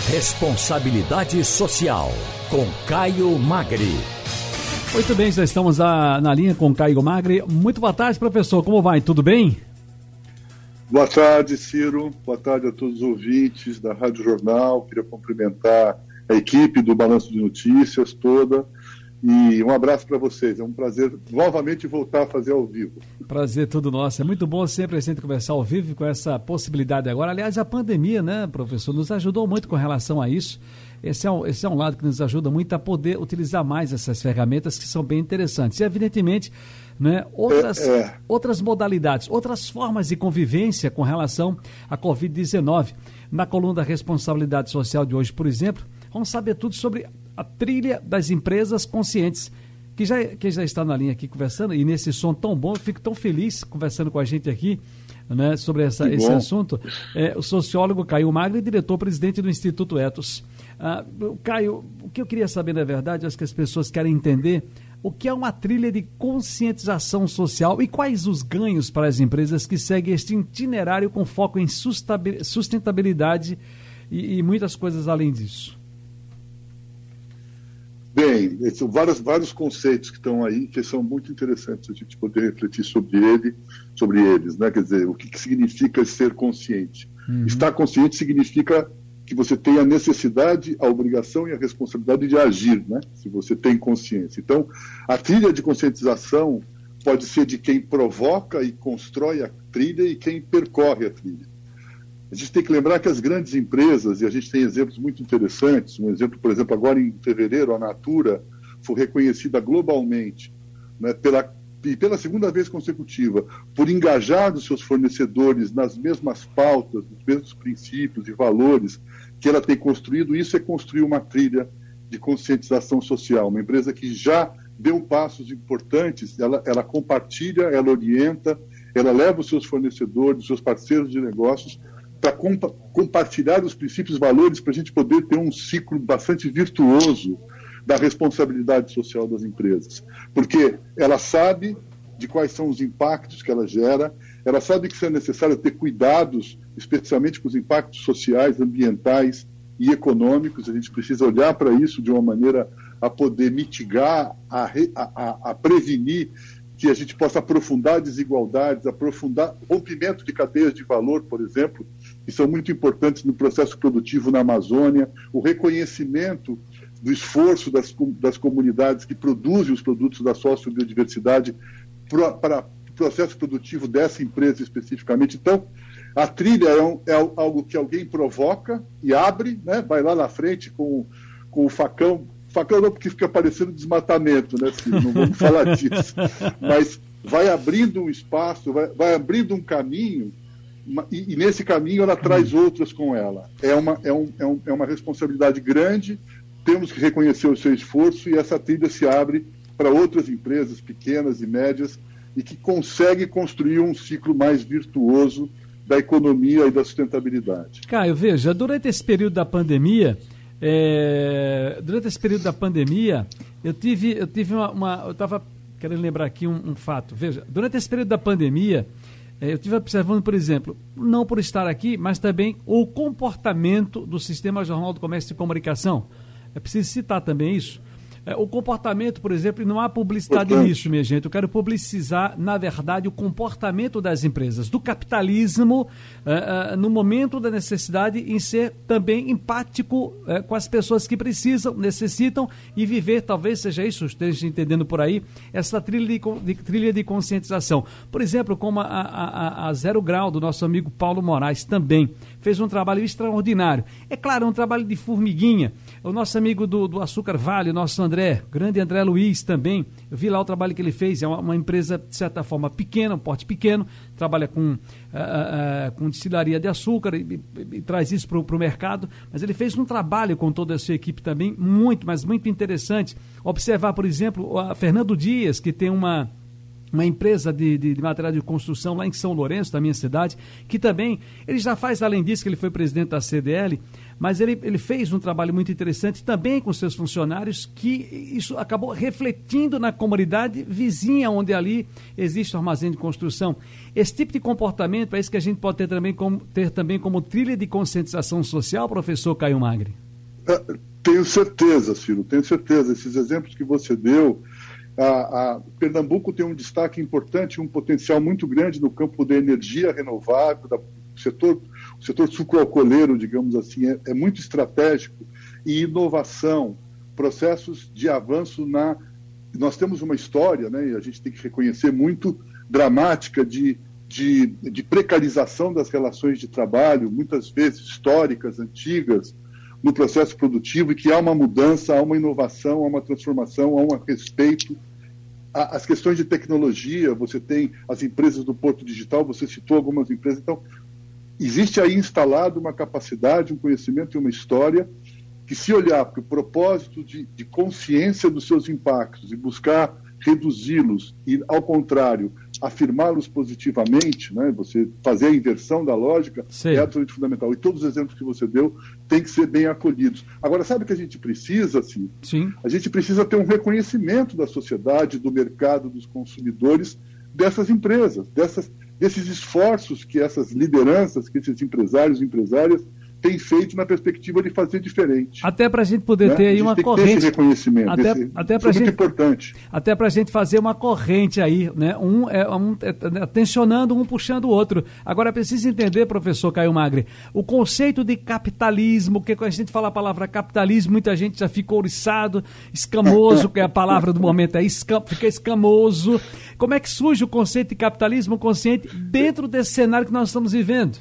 Responsabilidade Social, com Caio Magri. Muito bem, já estamos na linha com Caio Magri. Muito boa tarde, professor. Como vai? Tudo bem? Boa tarde, Ciro. Boa tarde a todos os ouvintes da Rádio Jornal. Queria cumprimentar a equipe do Balanço de Notícias toda. E um abraço para vocês. É um prazer novamente voltar a fazer ao vivo. Prazer todo nosso. É muito bom sempre a gente conversar ao vivo com essa possibilidade agora. Aliás, a pandemia, né, professor, nos ajudou muito com relação a isso. Esse é um lado que nos ajuda muito a poder utilizar mais essas ferramentas que são bem interessantes. E, evidentemente, né, outras modalidades, outras formas de convivência com relação à Covid-19. Na coluna da Responsabilidade Social de hoje, por exemplo, vamos saber tudo sobre a trilha das empresas conscientes, que já está na linha aqui conversando, e nesse som tão bom, eu fico tão feliz conversando com a gente aqui, né, sobre esse assunto. O sociólogo Caio Magri, diretor-presidente do Instituto Ethos. Caio, o que eu queria saber, na verdade, acho que as pessoas querem entender o que é uma trilha de conscientização social e quais os ganhos para as empresas que seguem este itinerário com foco em sustentabilidade e muitas coisas além disso. Bem, são vários conceitos que estão aí, que são muito interessantes a gente poder refletir sobre eles, né? Quer dizer, o que significa ser consciente? Uhum. Estar consciente significa que você tem a necessidade, a obrigação e a responsabilidade de agir, né? Se você tem consciência. Então, a trilha de conscientização pode ser de quem provoca e constrói a trilha e quem percorre a trilha. A gente tem que lembrar que as grandes empresas, e a gente tem exemplos muito interessantes, um exemplo, por exemplo, agora em fevereiro, a Natura foi reconhecida globalmente, né, pela segunda vez consecutiva, por engajar os seus fornecedores nas mesmas pautas, nos mesmos princípios e valores que ela tem construído. Isso é construir uma trilha de conscientização social, uma empresa que já deu passos importantes, ela compartilha, ela orienta, ela leva os seus fornecedores, os seus parceiros de negócios para compartilhar os princípios e valores para a gente poder ter um ciclo bastante virtuoso da responsabilidade social das empresas. Porque ela sabe de quais são os impactos que ela gera, ela sabe que é necessário ter cuidados, especialmente com os impactos sociais, ambientais e econômicos. A gente precisa olhar para isso de uma maneira a poder mitigar, a prevenir que a gente possa aprofundar desigualdades, aprofundar rompimento de cadeias de valor, por exemplo, que são muito importantes no processo produtivo na Amazônia, o reconhecimento do esforço das comunidades que produzem os produtos da sociobiodiversidade para o processo produtivo dessa empresa especificamente. Então, a trilha é algo que alguém provoca e abre, né? Vai lá na frente com o facão não, porque fica parecendo desmatamento, né, Ciro? Não vamos falar disso, mas vai abrindo um espaço, vai abrindo um caminho, e nesse caminho ela traz outras com ela. É uma responsabilidade grande, temos que reconhecer o seu esforço, e essa trilha se abre para outras empresas pequenas e médias e que consegue construir um ciclo mais virtuoso da economia e da sustentabilidade. Caio, veja, durante esse período da pandemia, eu estava querendo lembrar aqui um fato. Veja, durante esse período da pandemia, eu estive observando, por exemplo, não por estar aqui, mas também o comportamento do Sistema Jornal do Comércio e Comunicação. É preciso citar também isso. O comportamento, por exemplo, e não há publicidade nisso, minha gente. Eu quero publicizar, na verdade, o comportamento das empresas, do capitalismo, no momento da necessidade, em ser também empático com as pessoas que necessitam e viver, talvez seja isso, esteja entendendo por aí, essa trilha de conscientização. Por exemplo, como a Zero Grau, do nosso amigo Paulo Moraes, também fez um trabalho extraordinário. É claro, é um trabalho de formiguinha. O nosso amigo do Açúcar Vale, o nosso grande André Luiz também, eu vi lá o trabalho que ele fez, é uma empresa de certa forma pequena, um porte pequeno, trabalha com destilaria de açúcar e traz isso para o mercado, mas ele fez um trabalho com toda a sua equipe também, muito interessante. Observar, por exemplo, a Fernando Dias, que tem uma uma empresa de material de construção lá em São Lourenço, da minha cidade, que também, ele já faz, além disso, que ele foi presidente da CDL, mas ele fez um trabalho muito interessante também com seus funcionários, que isso acabou refletindo na comunidade vizinha, onde ali existe o armazém de construção. Esse tipo de comportamento é isso que a gente pode ter também como trilha de conscientização social, professor Caio Magri? Tenho certeza, Ciro, tenho certeza. Esses exemplos que você deu, Pernambuco tem um destaque importante, um potencial muito grande no campo da energia renovável, o setor sucroalcooleiro, digamos assim, é muito estratégico, e inovação, processos de avanço Nós temos uma história, né, e a gente tem que reconhecer, muito dramática de precarização das relações de trabalho, muitas vezes históricas, antigas, no processo produtivo, e que há uma mudança, há uma inovação, há uma transformação, há um respeito. As questões de tecnologia, você tem as empresas do Porto Digital, você citou algumas empresas. Então, existe aí instalado uma capacidade, um conhecimento e uma história que, se olhar para o propósito de consciência dos seus impactos e buscar reduzi-los e, ao contrário, afirmá-los positivamente, né? Você fazer a inversão da lógica, sim, é absolutamente fundamental. E todos os exemplos que você deu têm que ser bem acolhidos. Agora, sabe o que a gente precisa, assim? Sim. A gente precisa ter um reconhecimento da sociedade, do mercado, dos consumidores, dessas empresas, desses esforços que essas lideranças, que esses empresários e empresárias tem feito na perspectiva de fazer diferente. Até para a gente poder ter aí uma corrente. Ter esse reconhecimento. Até para muito importante. Até para a gente fazer uma corrente aí, né? Tensionando um puxando o outro. Agora, preciso entender, professor Caio Magri, o conceito de capitalismo, que quando a gente fala a palavra capitalismo, muita gente já fica ouriçado, escamoso, que é a palavra do momento, fica escamoso. Como é que surge o conceito de capitalismo consciente dentro desse cenário que nós estamos vivendo?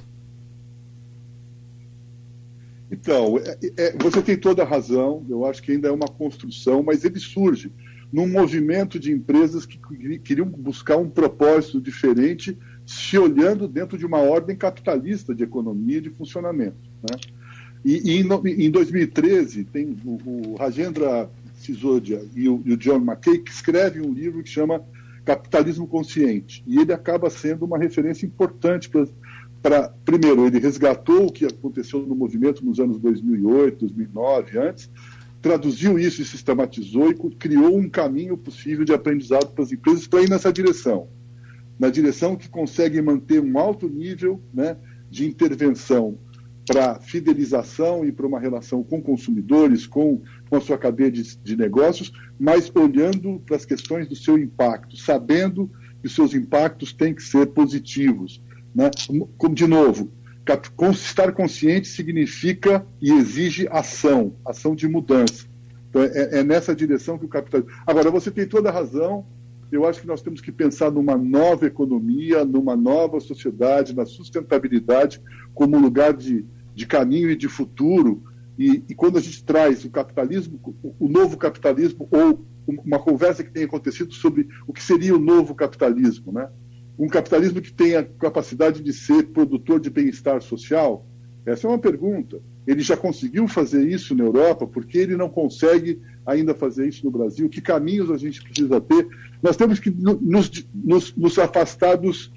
Então, você tem toda a razão, eu acho que ainda é uma construção, mas ele surge num movimento de empresas que queriam buscar um propósito diferente, se olhando dentro de uma ordem capitalista de economia e de funcionamento, né? E em 2013, tem o Rajendra Sisodia e o John McKay, que escrevem um livro que chama Capitalismo Consciente, e ele acaba sendo uma referência importante primeiro, ele resgatou o que aconteceu no movimento nos anos 2008, 2009, antes, traduziu isso e sistematizou e criou um caminho possível de aprendizado para as empresas para ir nessa direção. Na direção que consegue manter um alto nível, né, de intervenção para fidelização e para uma relação com consumidores, com a sua cadeia de negócios, mas olhando para as questões do seu impacto, sabendo que os seus impactos têm que ser positivos. Né? Como, de novo, estar consciente significa e exige ação de mudança. Então, é nessa direção que o capitalismo... Agora, você tem toda a razão, eu acho que nós temos que pensar numa nova economia, numa nova sociedade, na sustentabilidade como lugar de caminho e de futuro, e quando a gente traz o capitalismo, o novo capitalismo, ou uma conversa que tem acontecido sobre o que seria o novo capitalismo, né? Um capitalismo que tenha capacidade de ser produtor de bem-estar social? Essa é uma pergunta. Ele já conseguiu fazer isso na Europa, por que ele não consegue ainda fazer isso no Brasil? Que caminhos a gente precisa ter? Nós temos que nos afastar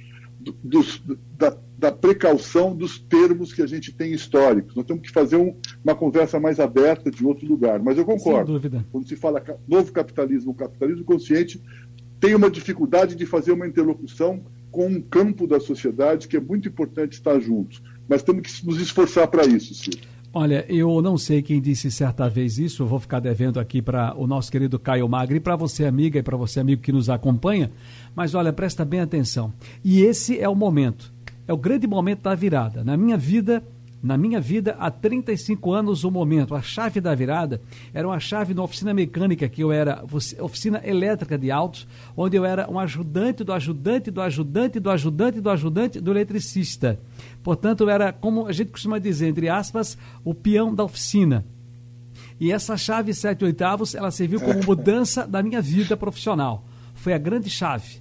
da precaução dos termos que a gente tem históricos. Nós temos que fazer uma conversa mais aberta de outro lugar. Mas eu concordo. Sem dúvida. Quando se fala novo capitalismo, o capitalismo consciente tem uma dificuldade de fazer uma interlocução com um campo da sociedade que é muito importante estar juntos. Mas temos que nos esforçar para isso, Ciro. Olha, eu não sei quem disse certa vez isso, eu vou ficar devendo aqui para o nosso querido Caio Magri, para você, amiga, e para você, amigo que nos acompanha, mas olha, presta bem atenção. E esse é o momento, é o grande momento da virada. Na minha vida, há 35 anos, o momento, a chave da virada era uma chave na oficina mecânica, que eu era oficina elétrica de autos, onde eu era um ajudante do ajudante do ajudante do ajudante do ajudante do eletricista. Portanto, eu era, como a gente costuma dizer, entre aspas, o peão da oficina. E essa chave 7/8, ela serviu como mudança da minha vida profissional. Foi a grande chave.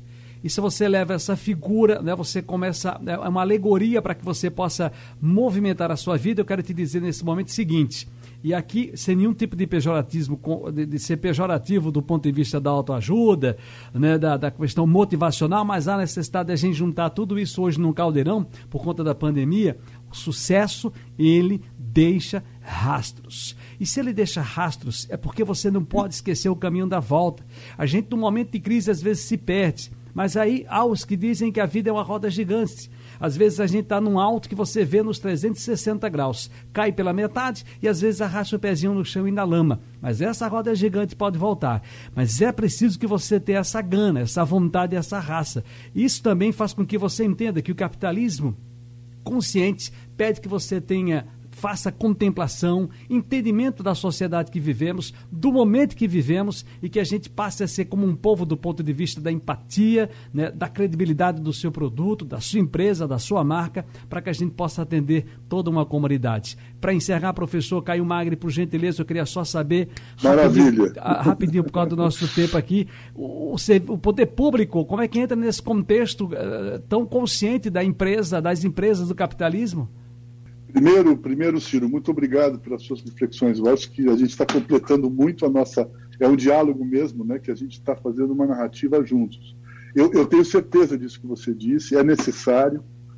E se você leva essa figura, né, você começa, é uma alegoria para que você possa movimentar a sua vida. Eu quero te dizer nesse momento o seguinte, e aqui, sem nenhum tipo de pejoratismo, de ser pejorativo do ponto de vista da autoajuda, né, da questão motivacional, mas há necessidade de a gente juntar tudo isso hoje num caldeirão, por conta da pandemia. O sucesso, ele deixa rastros. E se ele deixa rastros, é porque você não pode esquecer o caminho da volta. A gente, no momento de crise, às vezes se perde. Mas aí há os que dizem que a vida é uma roda gigante. Às vezes a gente está num alto que você vê nos 360 graus. Cai pela metade e às vezes arrasta o pezinho no chão e na lama. Mas essa roda gigante pode voltar. Mas é preciso que você tenha essa gana, essa vontade, essa raça. Isso também faz com que você entenda que o capitalismo consciente pede que você faça contemplação, entendimento da sociedade que vivemos, do momento que vivemos, e que a gente passe a ser como um povo do ponto de vista da empatia, né, da credibilidade do seu produto, da sua empresa, da sua marca, para que a gente possa atender toda uma comunidade. Para encerrar, professor Caio Magri, por gentileza, eu queria só saber, rapidinho por causa do nosso tempo aqui, o poder público, como é que entra nesse contexto tão consciente da empresa, das empresas do capitalismo? Primeiro, Ciro, muito obrigado pelas suas reflexões. Eu acho que a gente está completando muito é um diálogo mesmo, né, que a gente está fazendo uma narrativa juntos. Eu tenho certeza disso que você disse, é necessário,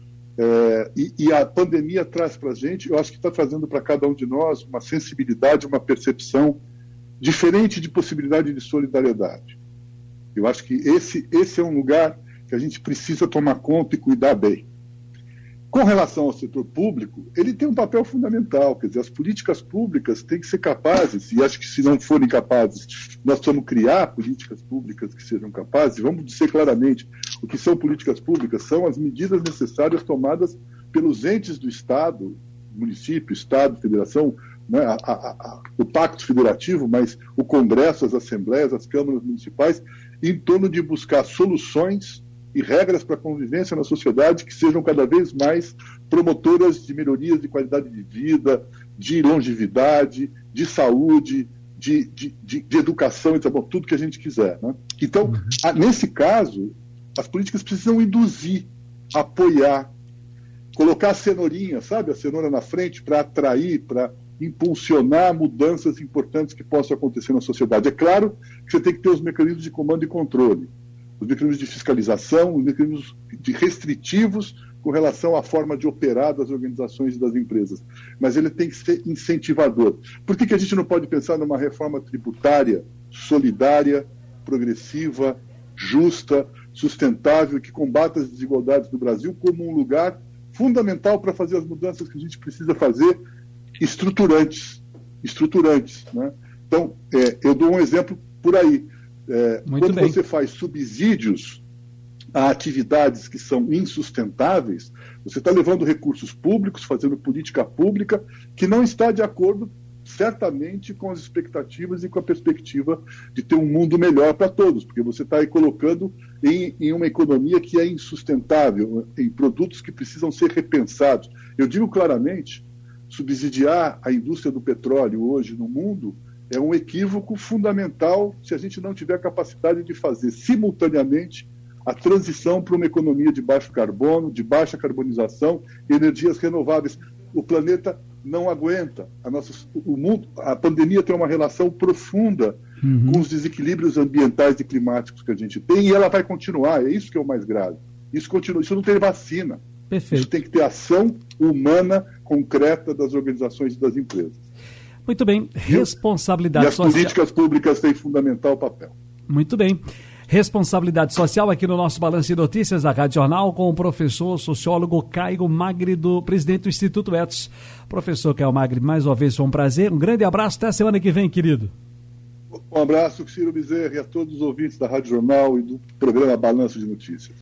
e a pandemia traz para a gente, eu acho que está trazendo para cada um de nós uma sensibilidade, uma percepção diferente de possibilidade de solidariedade. Eu acho que esse é um lugar que a gente precisa tomar conta e cuidar bem. Com relação ao setor público, ele tem um papel fundamental, quer dizer, as políticas públicas têm que ser capazes, e acho que se não forem capazes, nós precisamos criar políticas públicas que sejam capazes. Vamos dizer claramente, o que são políticas públicas são as medidas necessárias tomadas pelos entes do Estado, município, Estado, Federação, né, o Pacto Federativo, mas o Congresso, as Assembleias, as Câmaras Municipais, em torno de buscar soluções e regras para a convivência na sociedade que sejam cada vez mais promotoras de melhorias de qualidade de vida, de longevidade, de saúde, de educação, então, tudo que a gente quiser. Né? Então, nesse caso, as políticas precisam induzir, apoiar, colocar a cenourinha, sabe? A cenoura na frente para atrair, para impulsionar mudanças importantes que possam acontecer na sociedade. É claro que você tem que ter os mecanismos de comando e controle, os mecanismos de fiscalização, os mecanismos restritivos com relação à forma de operar das organizações e das empresas. Mas ele tem que ser incentivador. Por que a gente não pode pensar numa reforma tributária solidária, progressiva, justa, sustentável, que combata as desigualdades do Brasil como um lugar fundamental para fazer as mudanças que a gente precisa fazer, estruturantes, né? Então, eu dou um exemplo por aí. Quando você faz subsídios a atividades que são insustentáveis, você está levando recursos públicos, fazendo política pública que não está de acordo, certamente, com as expectativas e com a perspectiva de ter um mundo melhor para todos, porque você está aí colocando em uma economia que é insustentável, em produtos que precisam ser repensados. Eu digo claramente, subsidiar a indústria do petróleo hoje no mundo é um equívoco fundamental se a gente não tiver capacidade de fazer simultaneamente a transição para uma economia de baixo carbono, de baixa carbonização e energias renováveis. O planeta não aguenta. A pandemia tem uma relação profunda com os desequilíbrios ambientais e climáticos que a gente tem, e ela vai continuar. É isso que é o mais grave. Isso não tem vacina. Perfeito. Isso tem que ter ação humana concreta das organizações e das empresas. Muito bem, responsabilidade social. E as políticas públicas têm fundamental papel. Muito bem. Responsabilidade social aqui no nosso Balanço de Notícias da Rádio Jornal com o professor sociólogo Caio Magri, presidente do Instituto Ethos. Professor Caio Magri, mais uma vez foi um prazer. Um grande abraço, até a semana que vem, querido. Um abraço, Ciro Bezerra, e a todos os ouvintes da Rádio Jornal e do programa Balanço de Notícias.